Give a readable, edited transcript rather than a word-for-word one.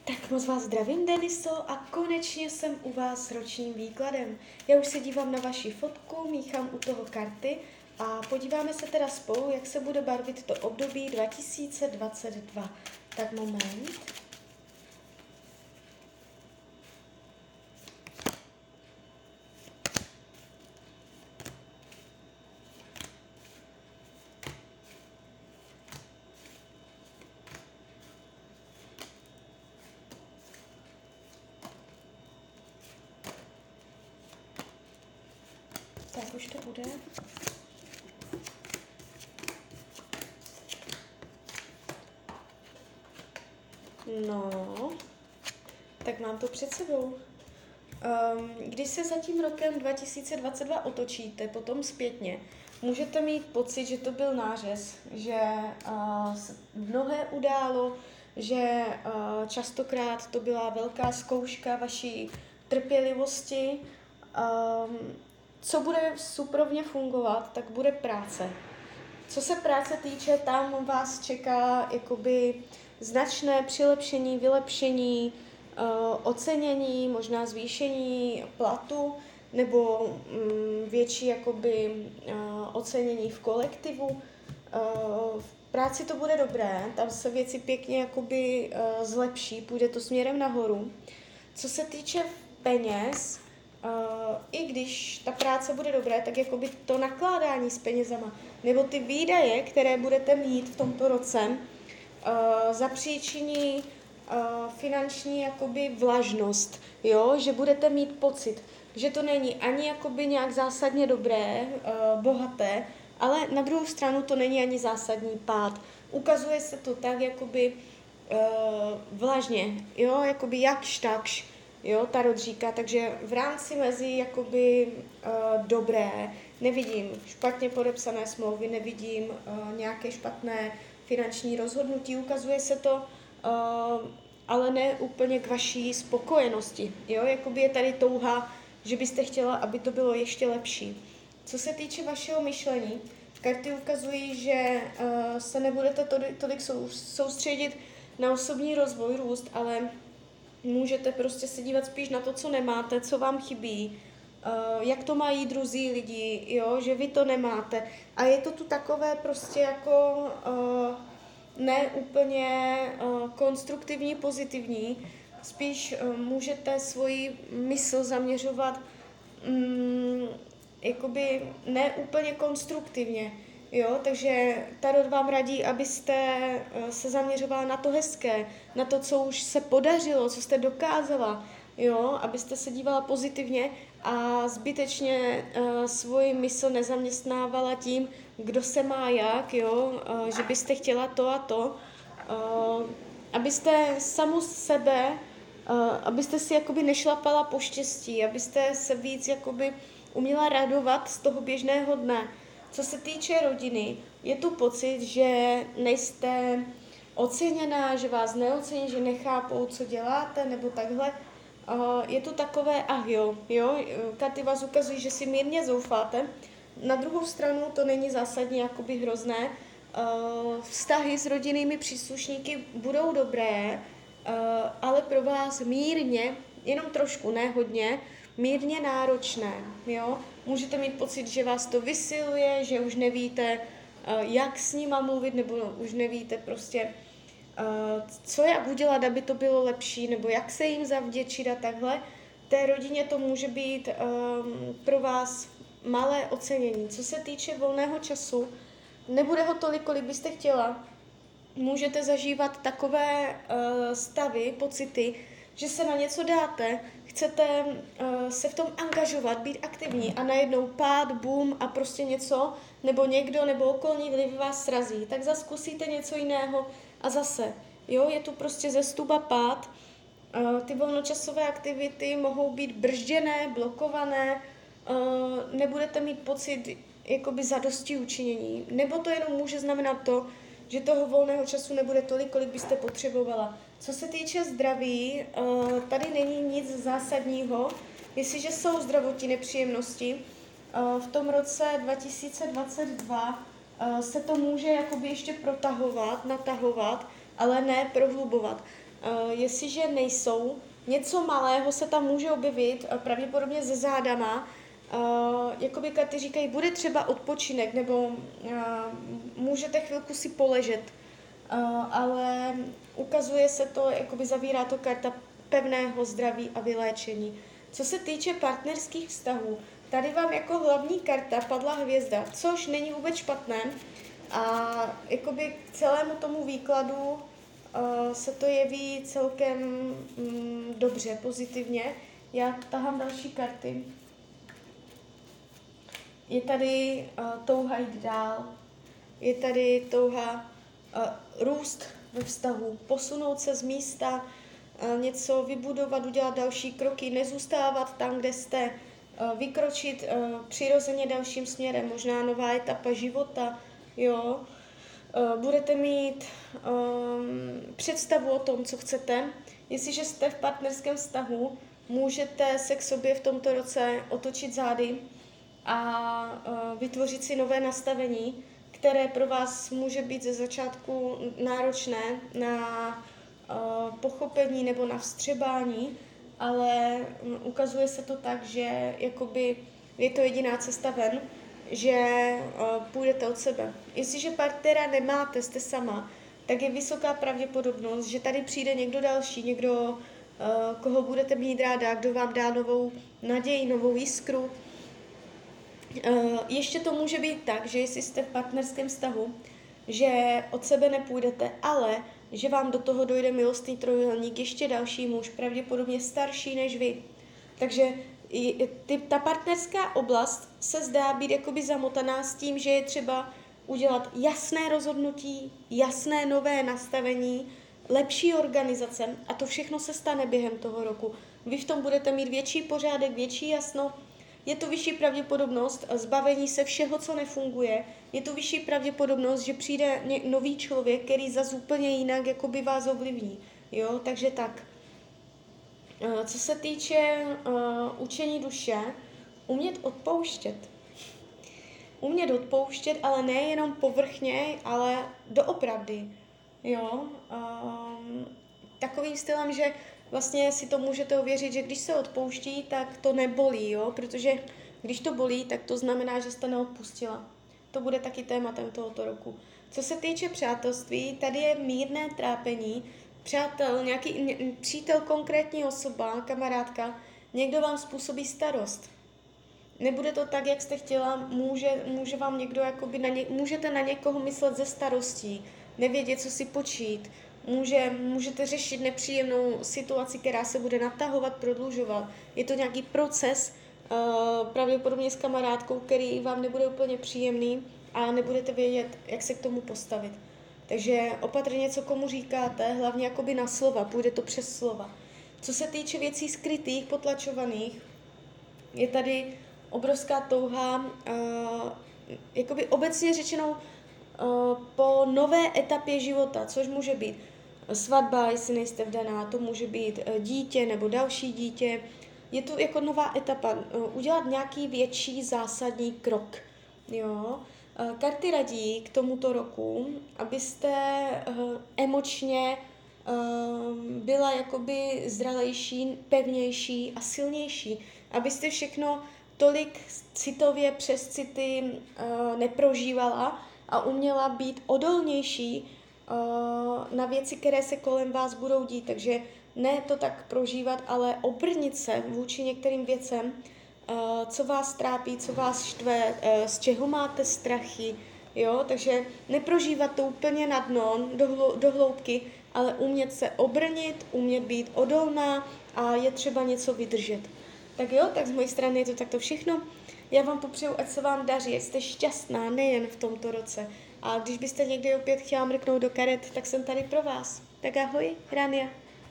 Tak moc vás zdravím, Deniso, a konečně jsem u vás s ročním výkladem. Já už se dívám na vaši fotku, míchám u toho karty a podíváme se teda spolu, jak se bude barvit to období 2022. Tak moment. Tak už to bude. No, tak mám to před sebou. Když se za tím rokem 2022 otočíte, potom zpětně, můžete mít pocit, že to byl nářez, že se mnohé událo, že častokrát to byla velká zkouška vaší trpělivosti. Co bude suprovně fungovat, tak bude práce. Co se práce týče, tam vás čeká jakoby značné přilepšení, vylepšení, ocenění, možná zvýšení platu nebo větší jakoby ocenění v kolektivu. V práci to bude dobré, tam se věci pěkně jakoby zlepší, půjde to směrem nahoru. Co se týče peněz, i když ta práce bude dobré, tak jakoby to nakládání s penězama, nebo ty výdaje, které budete mít v tomto roce, zapříčiní finanční jakoby vlažnost, jo? Že budete mít pocit, že to není ani jakoby nějak zásadně dobré, bohaté, ale na druhou stranu to není ani zásadní pád. Ukazuje se to tak jakoby vlažně, jo? Jakoby jakž takž, jo? Tarot říká, takže v rámci mezi jakoby dobré, nevidím špatně podepsané smlouvy, nevidím nějaké špatné finanční rozhodnutí, ukazuje se to, ale ne úplně k vaší spokojenosti. Jo? Jakoby je tady touha, že byste chtěla, aby to bylo ještě lepší. Co se týče vašeho myšlení, karty ukazují, že se nebudete tolik soustředit na osobní rozvoj, růst, ale můžete prostě se dívat spíš na to, co nemáte, co vám chybí, jak to mají druzí lidi, jo, že vy to nemáte. A je to tu takové prostě jako ne úplně konstruktivní, pozitivní, spíš můžete svoji mysl zaměřovat jakoby ne úplně konstruktivně, jo, takže Tarot vám radí, abyste se zaměřovala na to hezké, na to, co už se podařilo, co jste dokázala, jo, abyste se dívala pozitivně a zbytečně svoji mysl nezaměstnávala tím, kdo se má jak, jo, že byste chtěla to a to, abyste samu sebe, abyste si jakoby nešlapala po štěstí, abyste se víc jakoby uměla radovat z toho běžného dne. Co se týče rodiny, je tu pocit, že nejste oceněná, že vás neocení, že nechápou, co děláte, nebo takhle. Je tu takové jo, karty vás ukazují, že si mírně zoufáte. Na druhou stranu to není zásadně jakoby hrozné. Vztahy s rodinnými příslušníky budou dobré, ale pro vás mírně, jenom trošku, ne hodně, mírně náročné, jo. Můžete mít pocit, že vás to vysiluje, že už nevíte, jak s nima mluvit, nebo už nevíte prostě, co jak udělat, aby to bylo lepší, nebo jak se jim zavděčit a takhle. Té rodině to může být pro vás malé ocenění. Co se týče volného času, nebude ho tolik, kolik byste chtěla. Můžete zažívat takové stavy, pocity, že se na něco dáte, chcete se v tom angažovat, být aktivní a najednou pád, boom a prostě něco, nebo někdo, nebo okolní vliv vás srazí. Tak zase zkusíte něco jiného a zase, jo, je tu prostě zestup a pád. Ty volnočasové aktivity mohou být bržděné, blokované, nebudete mít pocit jakoby zadosti učinění, nebo to jenom může znamenat to, že toho volného času nebude tolik, kolik byste potřebovala. Co se týče zdraví, tady není nic zásadního. Jestliže jsou zdravotní nepříjemnosti, v tom roce 2022 se to může jakoby ještě protahovat, natahovat, ale ne prohlubovat. Jestliže nejsou, něco malého se tam může objevit, pravděpodobně ze zádama, jakoby karty říkají, bude třeba odpočinek, nebo můžete chvilku si poležet, ale ukazuje se to, jakoby zavírá to karta pevného zdraví a vyléčení. Co se týče partnerských vztahů, tady vám jako hlavní karta padla hvězda, což není vůbec špatné a jakoby k celému tomu výkladu se to jeví celkem dobře, pozitivně. Já tahám další karty. Je tady touha jít dál, je tady touha růst ve vztahu, posunout se z místa, něco vybudovat, udělat další kroky, nezůstávat tam, kde jste, vykročit přirozeně dalším směrem, možná nová etapa života, jo. Budete mít představu o tom, co chcete. Jestliže jste v partnerském vztahu, můžete se k sobě v tomto roce otočit zády a vytvořit si nové nastavení, které pro vás může být ze začátku náročné na pochopení nebo na vstřebání, ale ukazuje se to tak, že jakoby je to jediná cesta ven, že půjdete od sebe. Jestliže partnera nemáte, jste sama, tak je vysoká pravděpodobnost, že tady přijde někdo další, někdo, koho budete mít ráda, kdo vám dá novou naději, novou jiskru. Ještě to může být tak, že jestli jste v partnerském vztahu, že od sebe nepůjdete, ale že vám do toho dojde milostný trojúhelník, ještě další muž, pravděpodobně starší než vy. Takže ta partnerská oblast se zdá být jakoby zamotaná s tím, že je třeba udělat jasné rozhodnutí, jasné nové nastavení, lepší organizace a to všechno se stane během toho roku. Vy v tom budete mít větší pořádek, větší jasno, je to vyšší pravděpodobnost zbavení se všeho, co nefunguje, je to vyšší pravděpodobnost, že přijde nový člověk, který zase úplně jinak jakoby vás ovlivní. Jo, takže tak. Co se týče učení duše, umět odpouštět. Umět odpouštět, ale nejenom povrchně, ale doopravdy. Jo, takovým stylem, že vlastně si to můžete ověřit, že když se odpouští, tak to nebolí, jo, protože když to bolí, tak to znamená, že jste neodpustila. To bude taky tématem tohoto roku. Co se týče přátelství, tady je mírné trápení, nějaký přítel, konkrétní osoba, kamarádka, někdo vám způsobí starost. Nebude to tak, jak jste chtěla, může vám někdo, jakoby můžete na někoho myslet ze starostí, nevědět, co si počít, můžete řešit nepříjemnou situaci, která se bude natahovat, prodlužovat. Je to nějaký proces, pravděpodobně s kamarádkou, který vám nebude úplně příjemný a nebudete vědět, jak se k tomu postavit. Takže opatrně, co komu říkáte, hlavně jakoby na slova, půjde to přes slova. Co se týče věcí skrytých, potlačovaných, je tady obrovská touha, jakoby obecně řečenou, po nové etapě života, což může být svatba, jestli nejste vdaná, to může být dítě nebo další dítě. Je to jako nová etapa, udělat nějaký větší zásadní krok. Jo? Karty radí k tomuto roku, abyste emočně byla jakoby zralejší, pevnější a silnější. Abyste všechno tolik citově přes city neprožívala a uměla být odolnější na věci, které se kolem vás budou dít. Takže ne to tak prožívat, ale obrnit se vůči některým věcem, co vás trápí, co vás štve, z čeho máte strachy, jo? Takže neprožívat to úplně na dno, do hloubky, ale umět se obrnit, umět být odolná a je třeba něco vydržet. Tak jo, tak z mojej strany je to takto všechno. Já vám popřeju, ať se vám daří, ať jste šťastná nejen v tomto roce. A když byste někdy opět chtěla mrknout do karet, tak jsem tady pro vás. Tak ahoj, Rania.